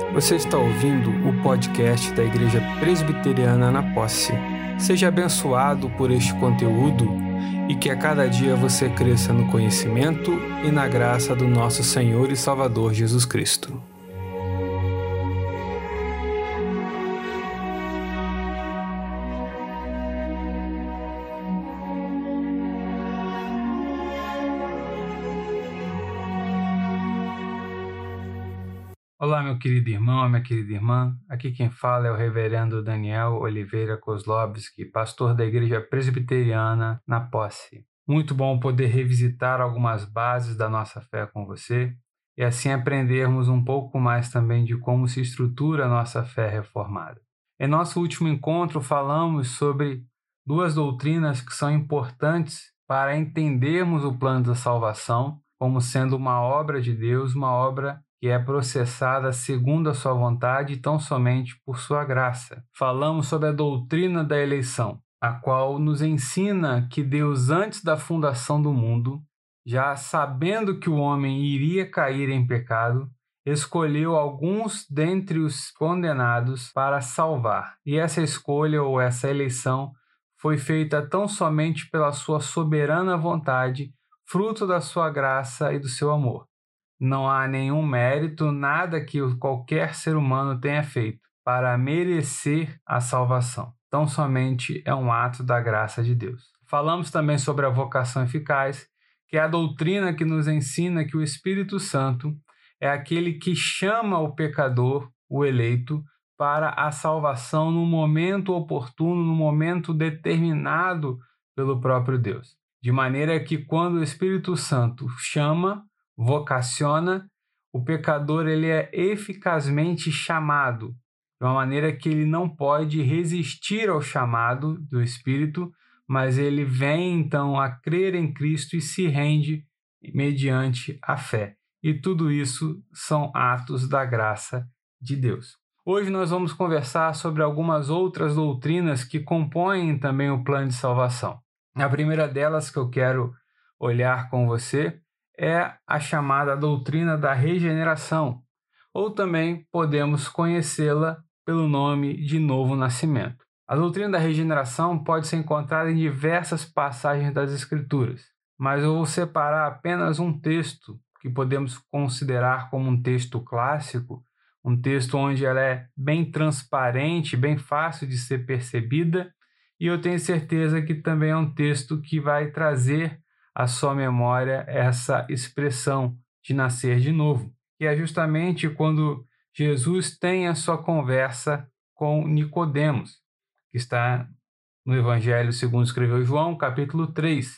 Você está ouvindo o podcast da Igreja Presbiteriana na Posse. Seja abençoado por este conteúdo e que a cada dia você cresça no conhecimento e na graça do nosso Senhor e Salvador Jesus Cristo. Olá, meu querido irmão, minha querida irmã. Aqui quem fala é o reverendo Daniel Oliveira Kozlowski, pastor da Igreja Presbiteriana na Posse. Muito bom poder revisitar algumas bases da nossa fé com você e assim aprendermos um pouco mais também de como se estrutura a nossa fé reformada. Em nosso último encontro falamos sobre duas doutrinas que são importantes para entendermos o plano da salvação como sendo uma obra de Deus, uma obra que é processada segundo a sua vontade e tão somente por sua graça. Falamos sobre a doutrina da eleição, a qual nos ensina que Deus, antes da fundação do mundo, já sabendo que o homem iria cair em pecado, escolheu alguns dentre os condenados para salvar. E essa escolha ou essa eleição foi feita tão somente pela sua soberana vontade, fruto da sua graça e do seu amor. Não há nenhum mérito, nada que qualquer ser humano tenha feito para merecer a salvação. Tão somente é um ato da graça de Deus. Falamos também sobre a vocação eficaz, que é a doutrina que nos ensina que o Espírito Santo é aquele que chama o pecador, o eleito, para a salvação no momento oportuno, no momento determinado pelo próprio Deus. De maneira que quando o Espírito Santo chama, vocaciona, o pecador ele é eficazmente chamado, de uma maneira que ele não pode resistir ao chamado do Espírito, mas ele vem então a crer em Cristo e se rende mediante a fé. E tudo isso são atos da graça de Deus. Hoje nós vamos conversar sobre algumas outras doutrinas que compõem também o plano de salvação. A primeira delas que eu quero olhar com você é a chamada doutrina da regeneração, ou também podemos conhecê-la pelo nome de novo nascimento. A doutrina da regeneração pode ser encontrada em diversas passagens das Escrituras, mas eu vou separar apenas um texto que podemos considerar como um texto clássico, um texto onde ela é bem transparente, bem fácil de ser percebida, e eu tenho certeza que também é um texto que vai trazer à sua memória essa expressão de nascer de novo, que é justamente quando Jesus tem a sua conversa com Nicodemos, que está no Evangelho segundo escreveu João, capítulo 3.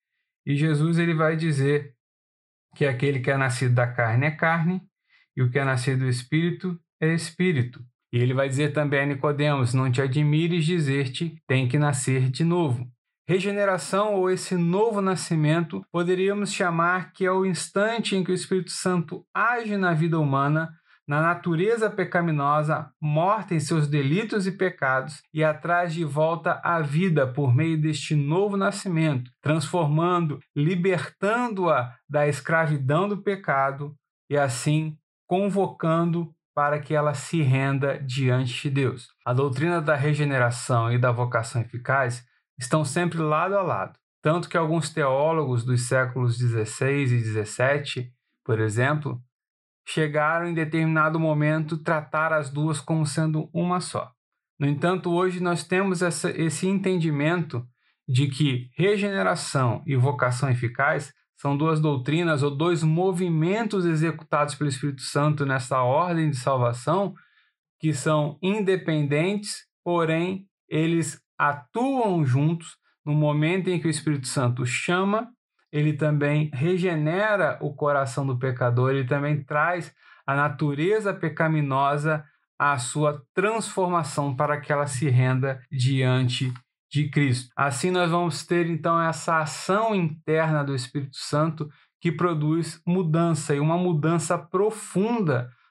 E Jesus ele vai dizer que aquele que é nascido da carne é carne, e o que é nascido do Espírito é Espírito. E ele vai dizer também a Nicodemos, não te admires dizer-te, tem que nascer de novo. Regeneração ou esse novo nascimento, poderíamos chamar que é o instante em que o Espírito Santo age na vida humana, na natureza pecaminosa, morta em seus delitos e pecados, e a traz de volta à vida por meio deste novo nascimento, transformando, libertando-a da escravidão do pecado e assim convocando para que ela se renda diante de Deus. A doutrina da regeneração e da vocação eficaz estão sempre lado a lado, tanto que alguns teólogos dos séculos XVI e XVII, por exemplo, chegaram em determinado momento tratar as duas como sendo uma só. No entanto, hoje nós temos esse entendimento de que regeneração e vocação eficaz são duas doutrinas ou dois movimentos executados pelo Espírito Santo nessa ordem de salvação que são independentes, porém eles atuam juntos no momento em que o Espírito Santo chama, ele também regenera o coração do pecador, ele também traz a natureza pecaminosa à sua transformação para que ela se renda diante de Cristo. Assim nós vamos ter então essa ação interna do Espírito Santo que produz mudança e uma mudança profunda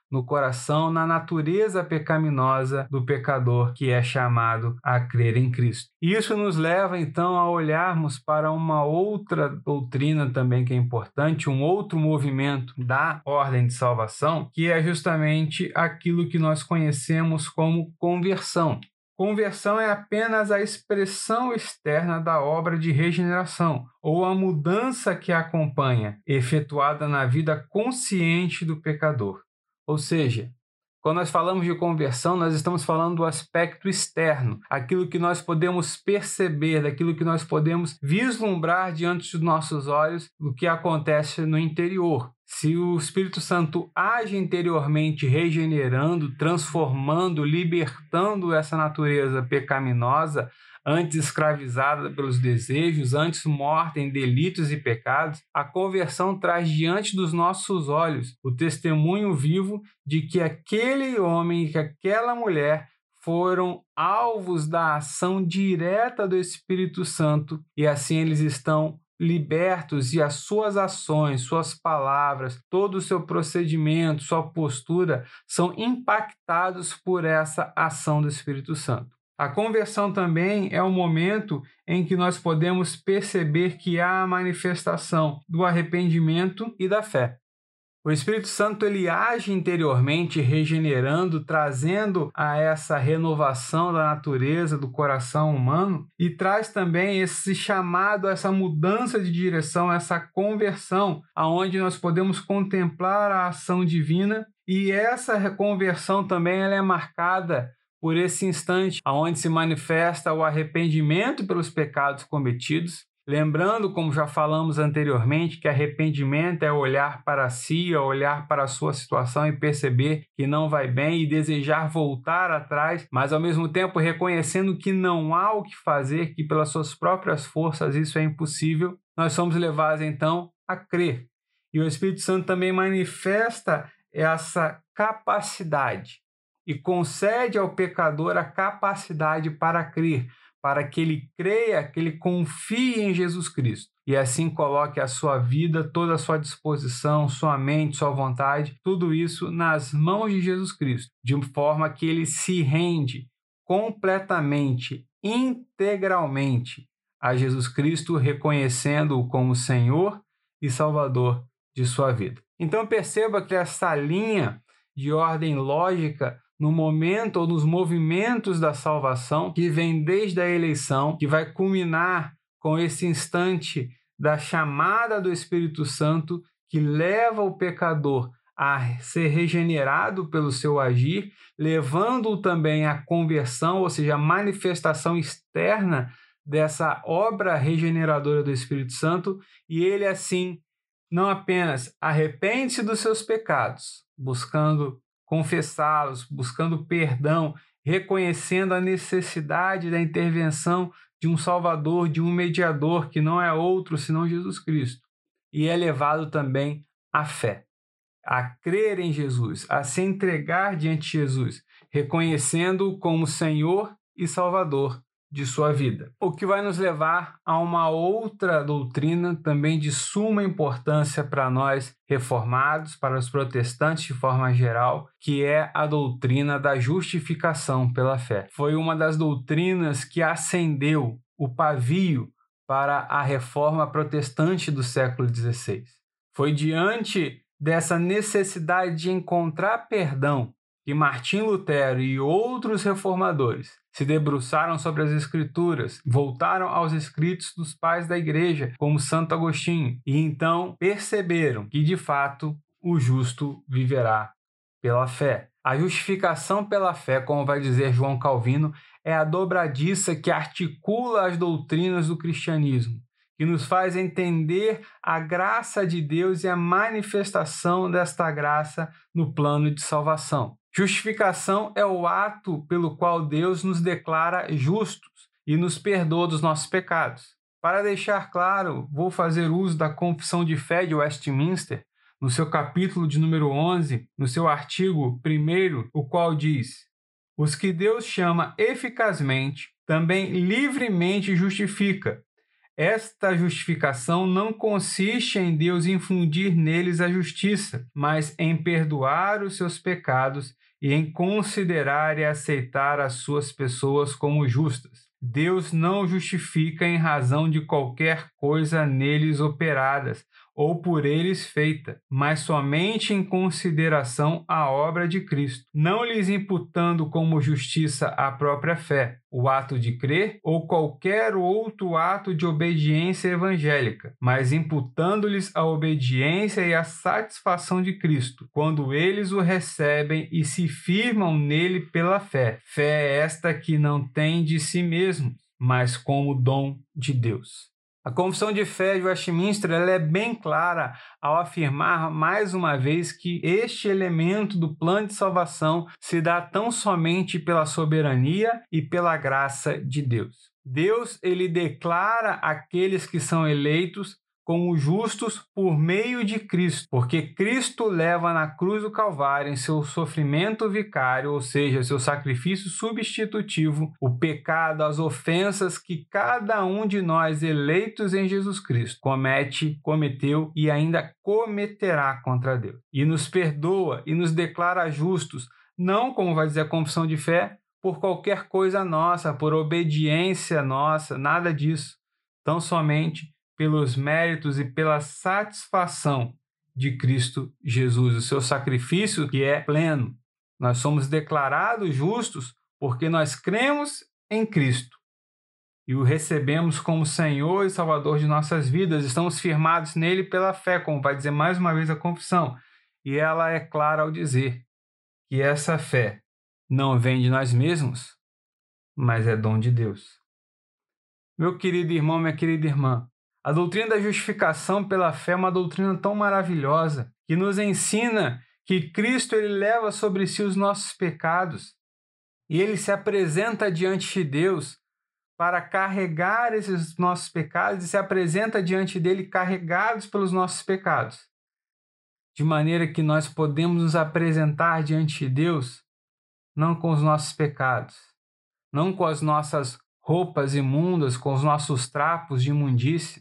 no coração, na natureza pecaminosa do pecador que é chamado a crer em Cristo. Isso nos leva então a olharmos para uma outra doutrina também que é importante, um outro movimento da ordem de salvação, que é justamente aquilo que nós conhecemos como conversão. Conversão é apenas a expressão externa da obra de regeneração, ou a mudança que a acompanha, efetuada na vida consciente do pecador. Ou seja, quando nós falamos de conversão, nós estamos falando do aspecto externo, aquilo que nós podemos perceber, daquilo que nós podemos vislumbrar diante dos nossos olhos, do que acontece no interior. Se o Espírito Santo age interiormente, regenerando, transformando, libertando essa natureza pecaminosa, antes escravizada pelos desejos, antes morta em delitos e pecados, a conversão traz diante dos nossos olhos o testemunho vivo de que aquele homem e que aquela mulher foram alvos da ação direta do Espírito Santo e assim eles estão libertos e as suas ações, suas palavras, todo o seu procedimento, sua postura são impactados por essa ação do Espírito Santo. A conversão também é o momento em que nós podemos perceber que há a manifestação do arrependimento e da fé. O Espírito Santo ele age interiormente, regenerando, trazendo a essa renovação da natureza do coração humano e traz também esse chamado, essa mudança de direção, essa conversão, aonde nós podemos contemplar a ação divina e essa conversão também ela é marcada por esse instante onde se manifesta o arrependimento pelos pecados cometidos. Lembrando, como já falamos anteriormente, que arrependimento é olhar para si, é olhar para a sua situação e perceber que não vai bem e desejar voltar atrás, mas ao mesmo tempo reconhecendo que não há o que fazer, que pelas suas próprias forças isso é impossível, nós somos levados então a crer. E o Espírito Santo também manifesta essa capacidade e concede ao pecador a capacidade para crer, para que ele creia, que ele confie em Jesus Cristo e assim coloque a sua vida, toda a sua disposição, sua mente, sua vontade, tudo isso nas mãos de Jesus Cristo, de forma que ele se rende completamente, integralmente a Jesus Cristo, reconhecendo-o como Senhor e Salvador de sua vida. Então perceba que essa linha de ordem lógica no momento ou nos movimentos da salvação, que vem desde a eleição, que vai culminar com esse instante da chamada do Espírito Santo, que leva o pecador a ser regenerado pelo seu agir, levando-o também à conversão, ou seja, a manifestação externa dessa obra regeneradora do Espírito Santo, e ele assim não apenas arrepende-se dos seus pecados, buscando confessá-los, buscando perdão, reconhecendo a necessidade da intervenção de um Salvador, de um mediador que não é outro senão Jesus Cristo. E é levado também à fé, a crer em Jesus, a se entregar diante de Jesus, reconhecendo-o como Senhor e Salvador de sua vida. O que vai nos levar a uma outra doutrina também de suma importância para nós reformados, para os protestantes de forma geral, que é a doutrina da justificação pela fé. Foi uma das doutrinas que acendeu o pavio para a reforma protestante do século XVI. Foi diante dessa necessidade de encontrar perdão que Martim Lutero e outros reformadores se debruçaram sobre as Escrituras, voltaram aos escritos dos pais da Igreja, como Santo Agostinho, e então perceberam que, de fato, o justo viverá pela fé. A justificação pela fé, como vai dizer João Calvino, é a dobradiça que articula as doutrinas do cristianismo, que nos faz entender a graça de Deus e a manifestação desta graça no plano de salvação. Justificação é o ato pelo qual Deus nos declara justos e nos perdoa dos nossos pecados. Para deixar claro, vou fazer uso da Confissão de Fé de Westminster, no seu capítulo de número 11, no seu artigo 1º, o qual diz: os que Deus chama eficazmente, também livremente justifica. Esta justificação não consiste em Deus infundir neles a justiça, mas em perdoar os seus pecados e em considerar e aceitar as suas pessoas como justas. Deus não justifica em razão de qualquer coisa neles operadas ou por eles feita, mas somente em consideração à obra de Cristo, não lhes imputando como justiça a própria fé, o ato de crer ou qualquer outro ato de obediência evangélica, mas imputando-lhes a obediência e a satisfação de Cristo, quando eles o recebem e se firmam nele pela fé. Fé é esta que não tem de si mesmo, mas como dom de Deus. A Confissão de Fé de Westminster ela é bem clara ao afirmar mais uma vez que este elemento do plano de salvação se dá tão somente pela soberania e pela graça de Deus. Deus ele declara aqueles que são eleitos como justos por meio de Cristo, porque Cristo leva na cruz do Calvário, em seu sofrimento vicário, ou seja, seu sacrifício substitutivo, o pecado, as ofensas que cada um de nós eleitos em Jesus Cristo cometeu e ainda cometerá contra Deus. E nos perdoa e nos declara justos, não, como vai dizer a confissão de fé, por qualquer coisa nossa, por obediência nossa, nada disso, tão somente pelos méritos e pela satisfação de Cristo Jesus, o seu sacrifício que é pleno. Nós somos declarados justos porque nós cremos em Cristo e o recebemos como Senhor e Salvador de nossas vidas. Estamos firmados nele pela fé, como vai dizer mais uma vez a confissão. E ela é clara ao dizer que essa fé não vem de nós mesmos, mas é dom de Deus. Meu querido irmão, minha querida irmã, a doutrina da justificação pela fé é uma doutrina tão maravilhosa que nos ensina que Cristo ele leva sobre si os nossos pecados e ele se apresenta diante de Deus para carregar esses nossos pecados e se apresenta diante dele carregados pelos nossos pecados, de maneira que nós podemos nos apresentar diante de Deus não com os nossos pecados, não com as nossas roupas imundas, com os nossos trapos de imundície,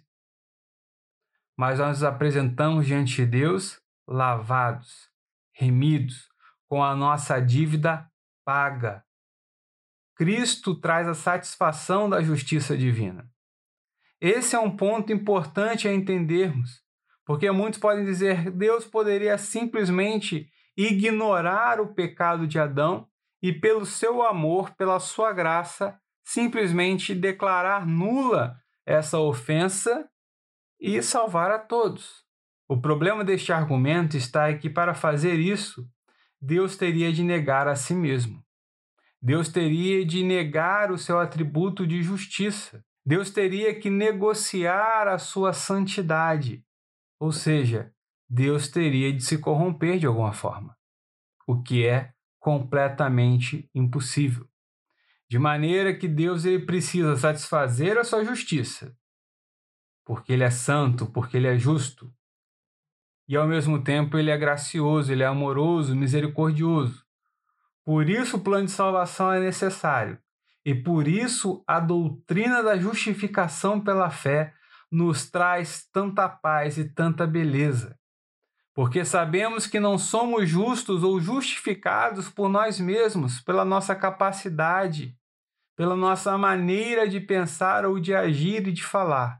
mas nós nos apresentamos diante de Deus lavados, remidos, com a nossa dívida paga. Cristo traz a satisfação da justiça divina. Esse é um ponto importante a entendermos, porque muitos podem dizer que Deus poderia simplesmente ignorar o pecado de Adão e, pelo seu amor, pela sua graça, simplesmente declarar nula essa ofensa e salvar a todos. O problema deste argumento está em que, para fazer isso, Deus teria de negar a si mesmo. Deus teria de negar o seu atributo de justiça. Deus teria que negociar a sua santidade. Ou seja, Deus teria de se corromper de alguma forma, o que é completamente impossível. De maneira que Deus ele precisa satisfazer a sua justiça, porque ele é santo, porque ele é justo. E ao mesmo tempo ele é gracioso, ele é amoroso, misericordioso. Por isso o plano de salvação é necessário. E por isso a doutrina da justificação pela fé nos traz tanta paz e tanta beleza. Porque sabemos que não somos justos ou justificados por nós mesmos, pela nossa capacidade, pela nossa maneira de pensar ou de agir e de falar.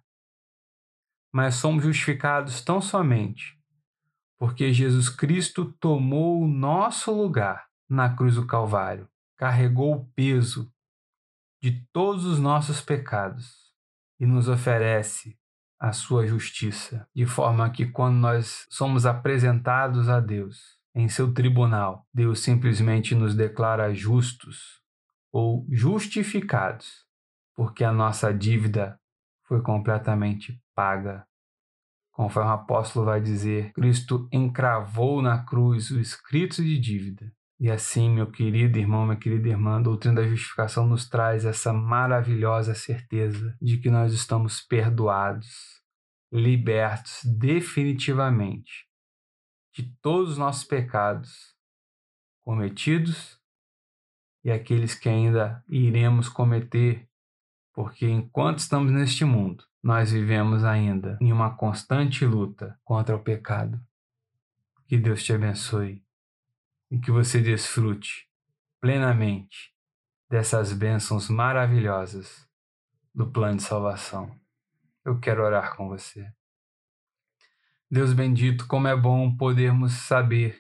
Mas somos justificados tão somente porque Jesus Cristo tomou o nosso lugar na cruz do Calvário, carregou o peso de todos os nossos pecados e nos oferece a sua justiça, de forma que quando nós somos apresentados a Deus em seu tribunal, Deus simplesmente nos declara justos ou justificados, porque a nossa dívida foi completamente paga. Conforme o apóstolo vai dizer, Cristo encravou na cruz o escrito de dívida. E assim, meu querido irmão, minha querida irmã, a doutrina da justificação nos traz essa maravilhosa certeza de que nós estamos perdoados, libertos definitivamente de todos os nossos pecados cometidos e aqueles que ainda iremos cometer, porque enquanto estamos neste mundo, nós vivemos ainda em uma constante luta contra o pecado. Que Deus te abençoe e que você desfrute plenamente dessas bênçãos maravilhosas do plano de salvação. Eu quero orar com você. Deus bendito, como é bom podermos saber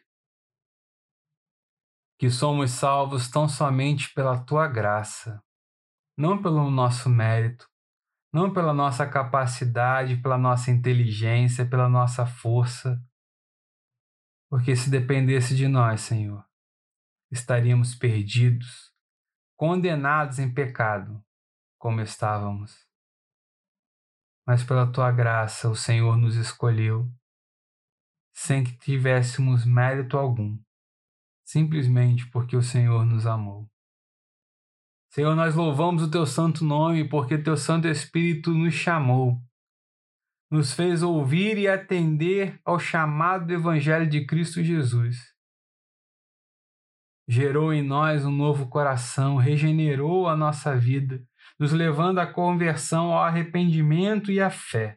que somos salvos tão somente pela Tua graça, não pelo nosso mérito, não pela nossa capacidade, pela nossa inteligência, pela nossa força, porque se dependesse de nós, Senhor, estaríamos perdidos, condenados em pecado, como estávamos. Mas pela Tua graça o Senhor nos escolheu, sem que tivéssemos mérito algum, simplesmente porque o Senhor nos amou. Senhor, nós louvamos o Teu santo nome porque Teu Santo Espírito nos chamou, nos fez ouvir e atender ao chamado do Evangelho de Cristo Jesus. Gerou em nós um novo coração, regenerou a nossa vida, nos levando à conversão, ao arrependimento e à fé.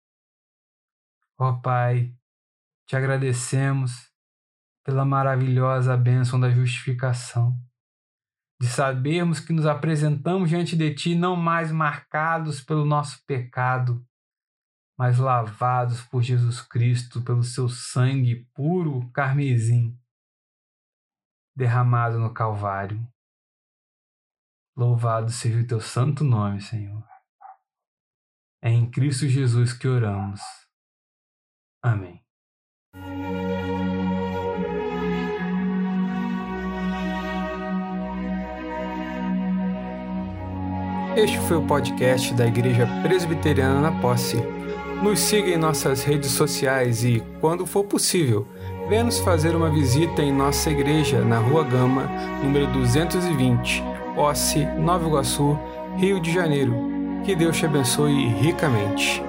Ó Pai, te agradecemos pela maravilhosa bênção da justificação, de sabermos que nos apresentamos diante de Ti não mais marcados pelo nosso pecado, mas lavados por Jesus Cristo, pelo Seu sangue puro carmesim, derramado no Calvário. Louvado seja o Teu santo nome, Senhor. É em Cristo Jesus que oramos. Amém. Este foi o podcast da Igreja Presbiteriana na Posse. Nos siga em nossas redes sociais e, quando for possível, venha nos fazer uma visita em nossa igreja na Rua Gama, número 220, Posse, Nova Iguaçu, Rio de Janeiro. Que Deus te abençoe ricamente.